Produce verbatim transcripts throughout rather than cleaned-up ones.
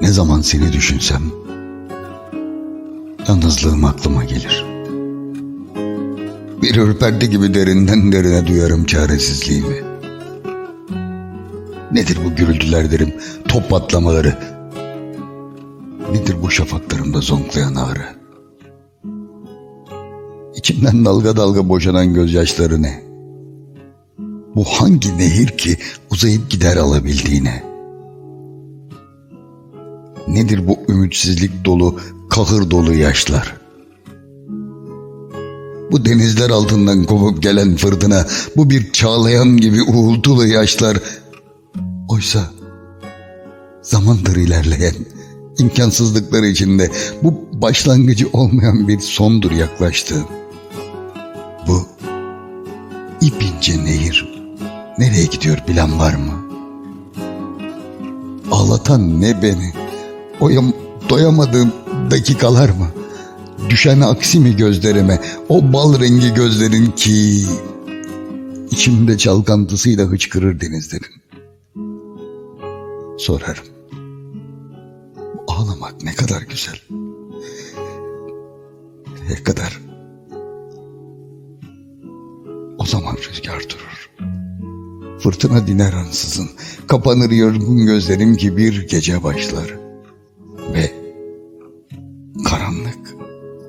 Ne zaman seni düşünsem yalnızlığım aklıma gelir. Bir ürperti gibi derinden derine duyarım çaresizliğimi. Nedir bu gürültüler derim, top patlamaları? Nedir bu şafaklarımda zonklayan ağrı? İçimden dalga dalga boşanan gözyaşları ne? Bu hangi nehir ki uzayıp gider alabildiğine? Nedir bu ümitsizlik dolu, kahır dolu yaşlar? Bu denizler altından kopup gelen fırtına, bu bir çağlayan gibi uğultulu yaşlar. Oysa zamandır ilerleyen, imkansızlıklar içinde bu başlangıcı olmayan bir sondur yaklaştığım. Bu ipince nehir nereye gidiyor bilen var mı? Ağlatan ne beni? Oyam, doyamadığım dakikalar mı? Düşen aksi mi gözlerime? O bal rengi gözlerin ki içimde çalkantısıyla hıçkırır denizlerin. Sorarım. Ağlamak ne kadar güzel. Ne kadar. O zaman rüzgar durur. Fırtına diner ansızın. Kapanır yorgun gözlerim ki bir gece başlar. Ve karanlık.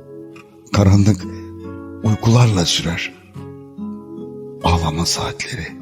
Karanlık uykularla sürer. Ağlama saatleri.